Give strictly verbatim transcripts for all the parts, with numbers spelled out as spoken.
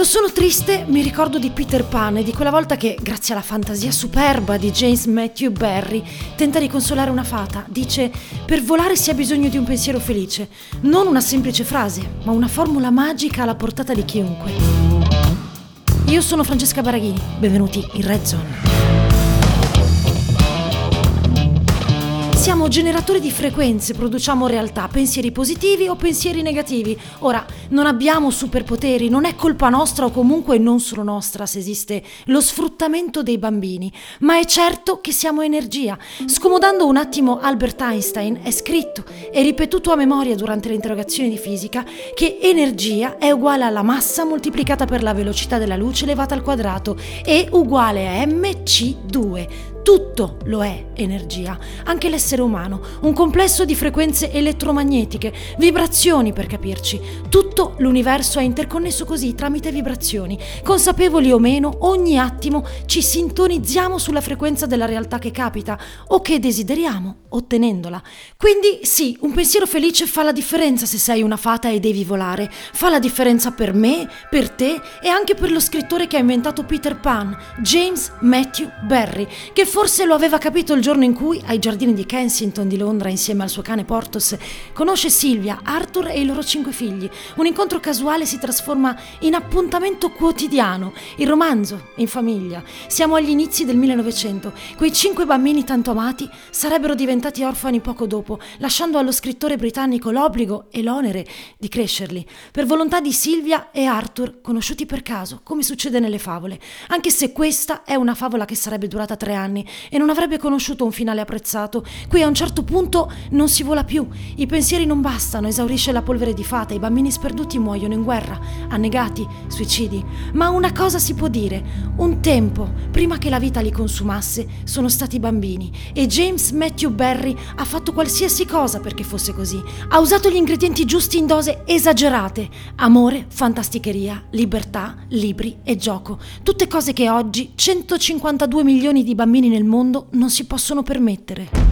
Quando sono triste mi ricordo di Peter Pan e di quella volta che, grazie alla fantasia superba di James Matthew Barrie, tenta di consolare una fata. Dice: per volare si ha bisogno di un pensiero felice. Non una semplice frase, ma una formula magica alla portata di chiunque. Io sono Francesca Baraghini, benvenuti in Red Zone. Siamo generatori di frequenze, produciamo realtà, pensieri positivi o pensieri negativi. Ora, non abbiamo superpoteri, non è colpa nostra o comunque non solo nostra se esiste lo sfruttamento dei bambini, ma è certo che siamo energia. Scomodando un attimo Albert Einstein, è scritto e ripetuto a memoria durante le interrogazioni di fisica che energia è uguale alla massa moltiplicata per la velocità della luce elevata al quadrato e uguale a emme ci due. Tutto lo è energia, anche l'essere umano, un complesso di frequenze elettromagnetiche, vibrazioni per capirci. Tutto l'universo è interconnesso così tramite vibrazioni. Consapevoli o meno, ogni attimo ci sintonizziamo sulla frequenza della realtà che capita o che desideriamo, ottenendola. Quindi sì, un pensiero felice fa la differenza se sei una fata e devi volare. Fa la differenza per me, per te e anche per lo scrittore che ha inventato Peter Pan, James Matthew Barrie, che forse lo aveva capito il giorno in cui, ai giardini di Kensington di Londra, insieme al suo cane Porthos, conosce Sylvia, Arthur e i loro cinque figli. Un incontro casuale si trasforma in appuntamento quotidiano, il romanzo in famiglia. Siamo agli inizi del millenovecento. Quei cinque bambini tanto amati sarebbero diventati orfani poco dopo, lasciando allo scrittore britannico l'obbligo e l'onere di crescerli. Per volontà di Sylvia e Arthur, conosciuti per caso, come succede nelle favole. Anche se questa è una favola che sarebbe durata tre anni e non avrebbe conosciuto un finale apprezzato. Qui a un certo punto non si vola più, i pensieri non bastano, esaurisce la polvere di fata, i bambini sperduti muoiono in guerra, annegati, suicidi. Ma una cosa si può dire: un tempo, prima che la vita li consumasse, sono stati bambini e James Matthew Barrie ha fatto qualsiasi cosa perché fosse così. Ha usato gli ingredienti giusti in dose esagerate: amore, fantasticheria, libertà, libri e gioco. Tutte cose che oggi centocinquantadue milioni di bambini nel mondo non si possono permettere.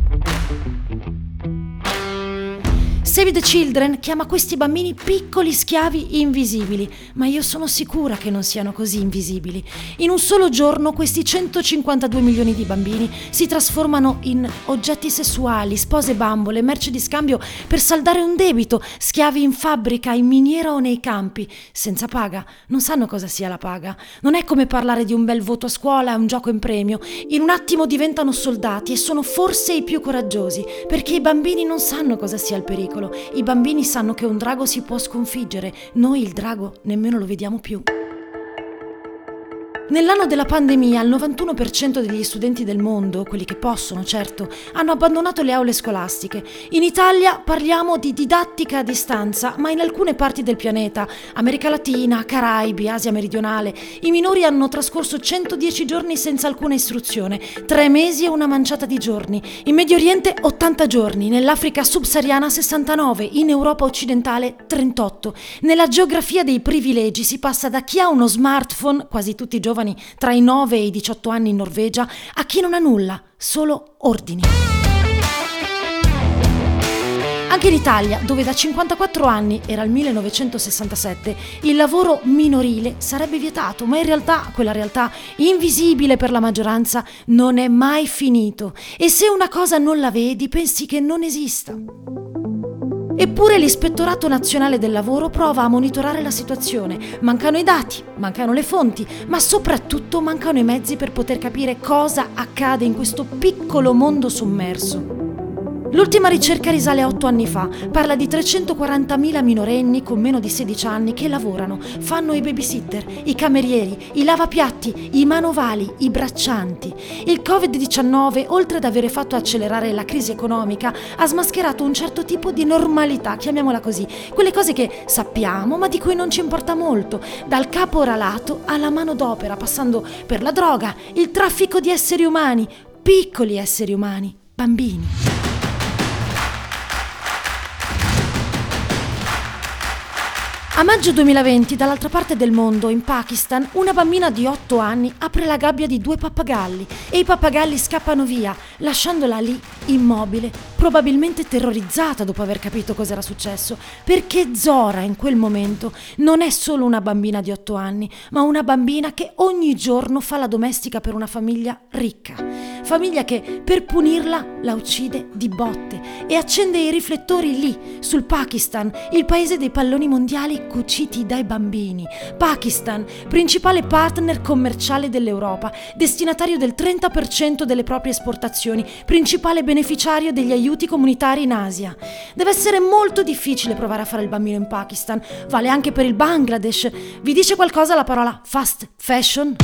Save the Children chiama questi bambini piccoli schiavi invisibili, ma io sono sicura che non siano così invisibili. In un solo giorno questi centocinquantadue milioni di bambini si trasformano in oggetti sessuali, spose bambole, merce di scambio per saldare un debito, schiavi in fabbrica, in miniera o nei campi, senza paga. Non sanno cosa sia la paga. Non è come parlare di un bel voto a scuola e un gioco in premio. In un attimo diventano soldati e sono forse i più coraggiosi, perché i bambini non sanno cosa sia il pericolo. I bambini sanno che un drago si può sconfiggere, noi il drago nemmeno lo vediamo più. Nell'anno della pandemia il novantuno per cento degli studenti del mondo, quelli che possono certo, hanno abbandonato le aule scolastiche. In Italia parliamo di didattica a distanza, ma in alcune parti del pianeta, America Latina, Caraibi, Asia meridionale, i minori hanno trascorso centodieci giorni senza alcuna istruzione, tre mesi e una manciata di giorni. In Medio Oriente ottanta giorni, nell'Africa subsahariana sessantanove, in Europa occidentale trentotto. Nella geografia dei privilegi si passa da chi ha uno smartphone, quasi tutti giovani tra i nove e i diciotto anni in Norvegia, a chi non ha nulla, solo ordini. Anche in Italia, dove da cinquantaquattro anni, era il millenovecentosessantasette, il lavoro minorile sarebbe vietato, ma in realtà quella realtà invisibile per la maggioranza non è mai finito. E se una cosa non la vedi, pensi che non esista. Eppure l'Ispettorato Nazionale del Lavoro prova a monitorare la situazione. Mancano i dati, mancano le fonti, ma soprattutto mancano i mezzi per poter capire cosa accade in questo piccolo mondo sommerso. L'ultima ricerca risale a otto anni fa, parla di trecentoquarantamila minorenni con meno di sedici anni che lavorano, fanno i babysitter, i camerieri, i lavapiatti, i manovali, i braccianti. Il covid diciannove, oltre ad avere fatto accelerare la crisi economica, ha smascherato un certo tipo di normalità, chiamiamola così, quelle cose che sappiamo ma di cui non ci importa molto, dal caporalato alla manodopera, passando per la droga, il traffico di esseri umani, piccoli esseri umani, bambini. A maggio duemilaventi, dall'altra parte del mondo, in Pakistan, una bambina di otto anni apre la gabbia di due pappagalli e i pappagalli scappano via, lasciandola lì, immobile, probabilmente terrorizzata dopo aver capito cos'era successo, perché Zora in quel momento non è solo una bambina di otto anni, ma una bambina che ogni giorno fa la domestica per una famiglia ricca, famiglia che per punirla la uccide di botte e accende i riflettori lì, sul Pakistan, il paese dei palloni mondiali cuciti dai bambini. Pakistan, principale partner commerciale dell'Europa, destinatario del trenta per cento delle proprie esportazioni, principale beneficiario degli aiuti comunitari in Asia. Deve essere molto difficile provare a fare il bambino in Pakistan, vale anche per il Bangladesh. Vi dice qualcosa la parola fast fashion?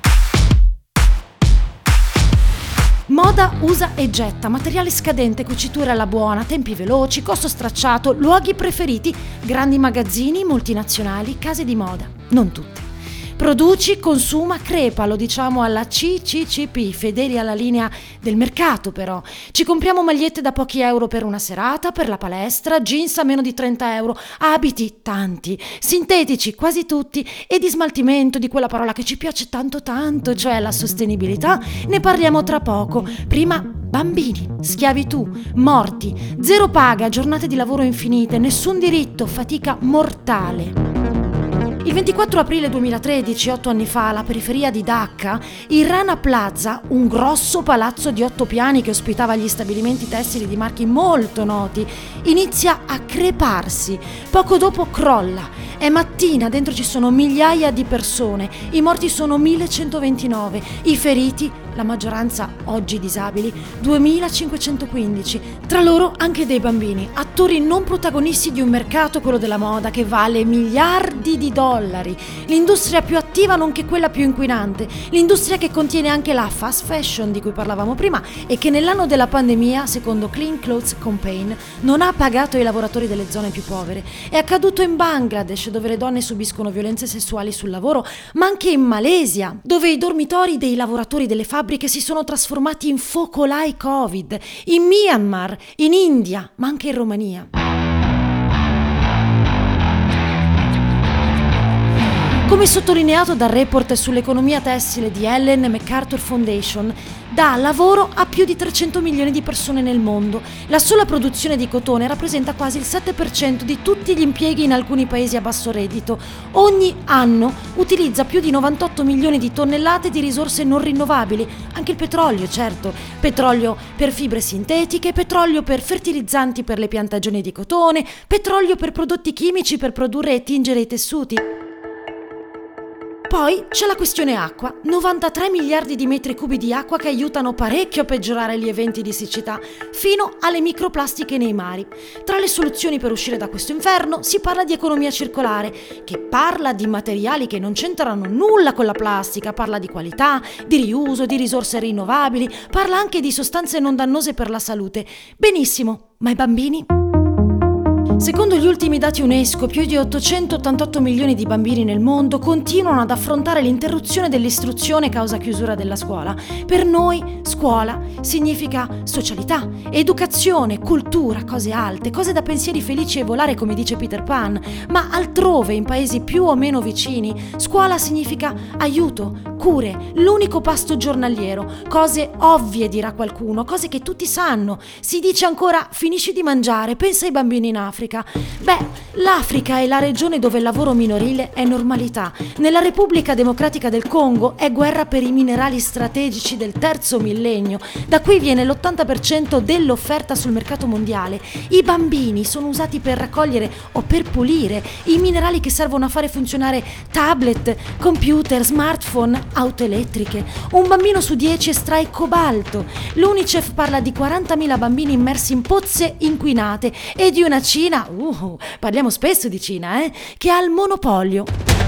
Moda usa e getta, materiale scadente, cucitura alla buona, tempi veloci, costo stracciato, luoghi preferiti, grandi magazzini, multinazionali, case di moda. Non tutte. Produci, consuma, crepa, lo diciamo alla C C C P, fedeli alla linea del mercato però. Ci compriamo magliette da pochi euro per una serata, per la palestra, jeans a meno di trenta euro, abiti tanti, sintetici quasi tutti e di smaltimento, di quella parola che ci piace tanto tanto, cioè la sostenibilità. Ne parliamo tra poco. Prima bambini, schiavitù, morti, zero paga, giornate di lavoro infinite, nessun diritto, fatica mortale. Il ventiquattro aprile duemilatredici, otto anni fa, alla periferia di Dhaka, il Rana Plaza, un grosso palazzo di otto piani che ospitava gli stabilimenti tessili di marchi molto noti, inizia a creparsi. Poco dopo crolla. È mattina, dentro ci sono migliaia di persone, i morti sono millecentoventinove, i feriti, la maggioranza oggi disabili, duemilacinquecentoquindici, tra loro anche dei bambini, attori non protagonisti di un mercato, quello della moda, che vale miliardi di dollari, l'industria più attiva nonché quella più inquinante, l'industria che contiene anche la fast fashion di cui parlavamo prima e che nell'anno della pandemia, secondo Clean Clothes Campaign, non ha pagato i lavoratori delle zone più povere. È accaduto in Bangladesh, dove le donne subiscono violenze sessuali sul lavoro, ma anche in Malesia, dove i dormitori dei lavoratori delle fabbriche si sono trasformati in focolai Covid, in Myanmar, in India, ma anche in Romania. Come sottolineato dal report sull'economia tessile di Ellen MacArthur Foundation, dà lavoro a più di trecento milioni di persone nel mondo. La sola produzione di cotone rappresenta quasi il sette per cento di tutti gli impieghi in alcuni paesi a basso reddito. Ogni anno utilizza più di novantotto milioni di tonnellate di risorse non rinnovabili, anche il petrolio, certo. Petrolio per fibre sintetiche, petrolio per fertilizzanti per le piantagioni di cotone, petrolio per prodotti chimici per produrre e tingere i tessuti. Poi c'è la questione acqua, novantatré miliardi di metri cubi di acqua che aiutano parecchio a peggiorare gli eventi di siccità, fino alle microplastiche nei mari. Tra le soluzioni per uscire da questo inferno si parla di economia circolare, che parla di materiali che non c'entrano nulla con la plastica, parla di qualità, di riuso, di risorse rinnovabili, parla anche di sostanze non dannose per la salute. Benissimo, ma i bambini? Secondo gli ultimi dati UNESCO, più di ottocentottantotto milioni di bambini nel mondo continuano ad affrontare l'interruzione dell'istruzione causa chiusura della scuola. Per noi, scuola significa socialità, educazione, cultura, cose alte, cose da pensieri felici e volare, come dice Peter Pan. Ma altrove, in paesi più o meno vicini, scuola significa aiuto, cure, l'unico pasto giornaliero, cose ovvie, dirà qualcuno, cose che tutti sanno. Si dice ancora: finisci di mangiare, pensa ai bambini in Africa. Beh, l'Africa è la regione dove il lavoro minorile è normalità. Nella Repubblica Democratica del Congo è guerra per i minerali strategici del terzo millennio. Da qui viene l'ottanta per cento dell'offerta sul mercato mondiale. I bambini sono usati per raccogliere o per pulire i minerali che servono a fare funzionare tablet, computer, smartphone, auto elettriche. Un bambino su dieci estrae cobalto. L'UNICEF parla di quarantamila bambini immersi in pozze inquinate e di una Cina, uh, parliamo spesso di Cina, eh, che ha il monopolio.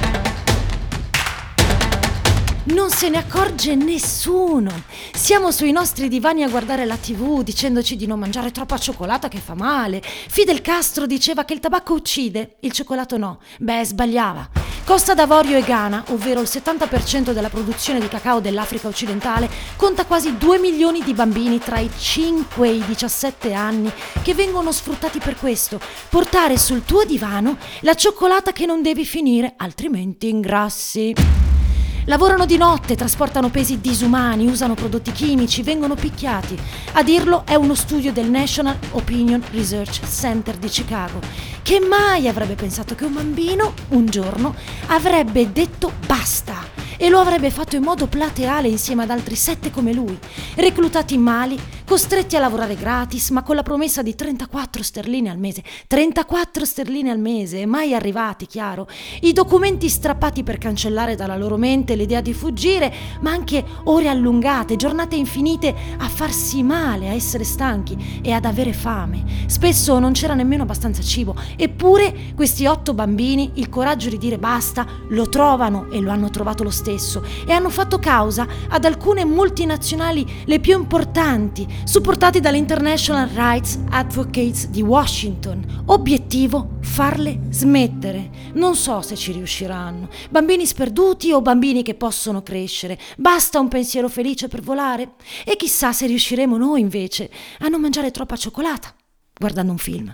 Non se ne accorge nessuno. Siamo sui nostri divani a guardare la tivù dicendoci di non mangiare troppa cioccolata che fa male. Fidel Castro diceva che il tabacco uccide, il cioccolato no. Beh, sbagliava. Costa d'Avorio e Ghana, ovvero il settanta per cento della produzione di cacao dell'Africa occidentale, conta quasi due milioni di bambini tra i cinque e i diciassette anni che vengono sfruttati per questo: portare sul tuo divano la cioccolata che non devi finire, altrimenti ingrassi. Lavorano di notte, trasportano pesi disumani, usano prodotti chimici, vengono picchiati. A dirlo è uno studio del National Opinion Research Center di Chicago, che mai avrebbe pensato che un bambino, un giorno, avrebbe detto basta. E lo avrebbe fatto in modo plateale insieme ad altri sette come lui, reclutati in Mali, costretti a lavorare gratis, ma con la promessa di trentaquattro sterline al mese. trentaquattro sterline al mese, mai arrivati, chiaro. I documenti strappati per cancellare dalla loro mente l'idea di fuggire, ma anche ore allungate, giornate infinite a farsi male, a essere stanchi e ad avere fame. Spesso non c'era nemmeno abbastanza cibo, eppure questi otto bambini il coraggio di dire basta lo trovano e lo hanno trovato lo stesso. E hanno fatto causa ad alcune multinazionali, le più importanti, supportati dall'International Rights Advocates di Washington. Obiettivo: farle smettere. Non so se ci riusciranno. Bambini sperduti o bambini che possono crescere. Basta un pensiero felice per volare. E chissà se riusciremo noi invece a non mangiare troppa cioccolata guardando un film.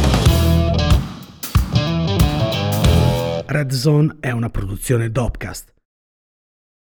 Red Zone è una produzione Dopcast.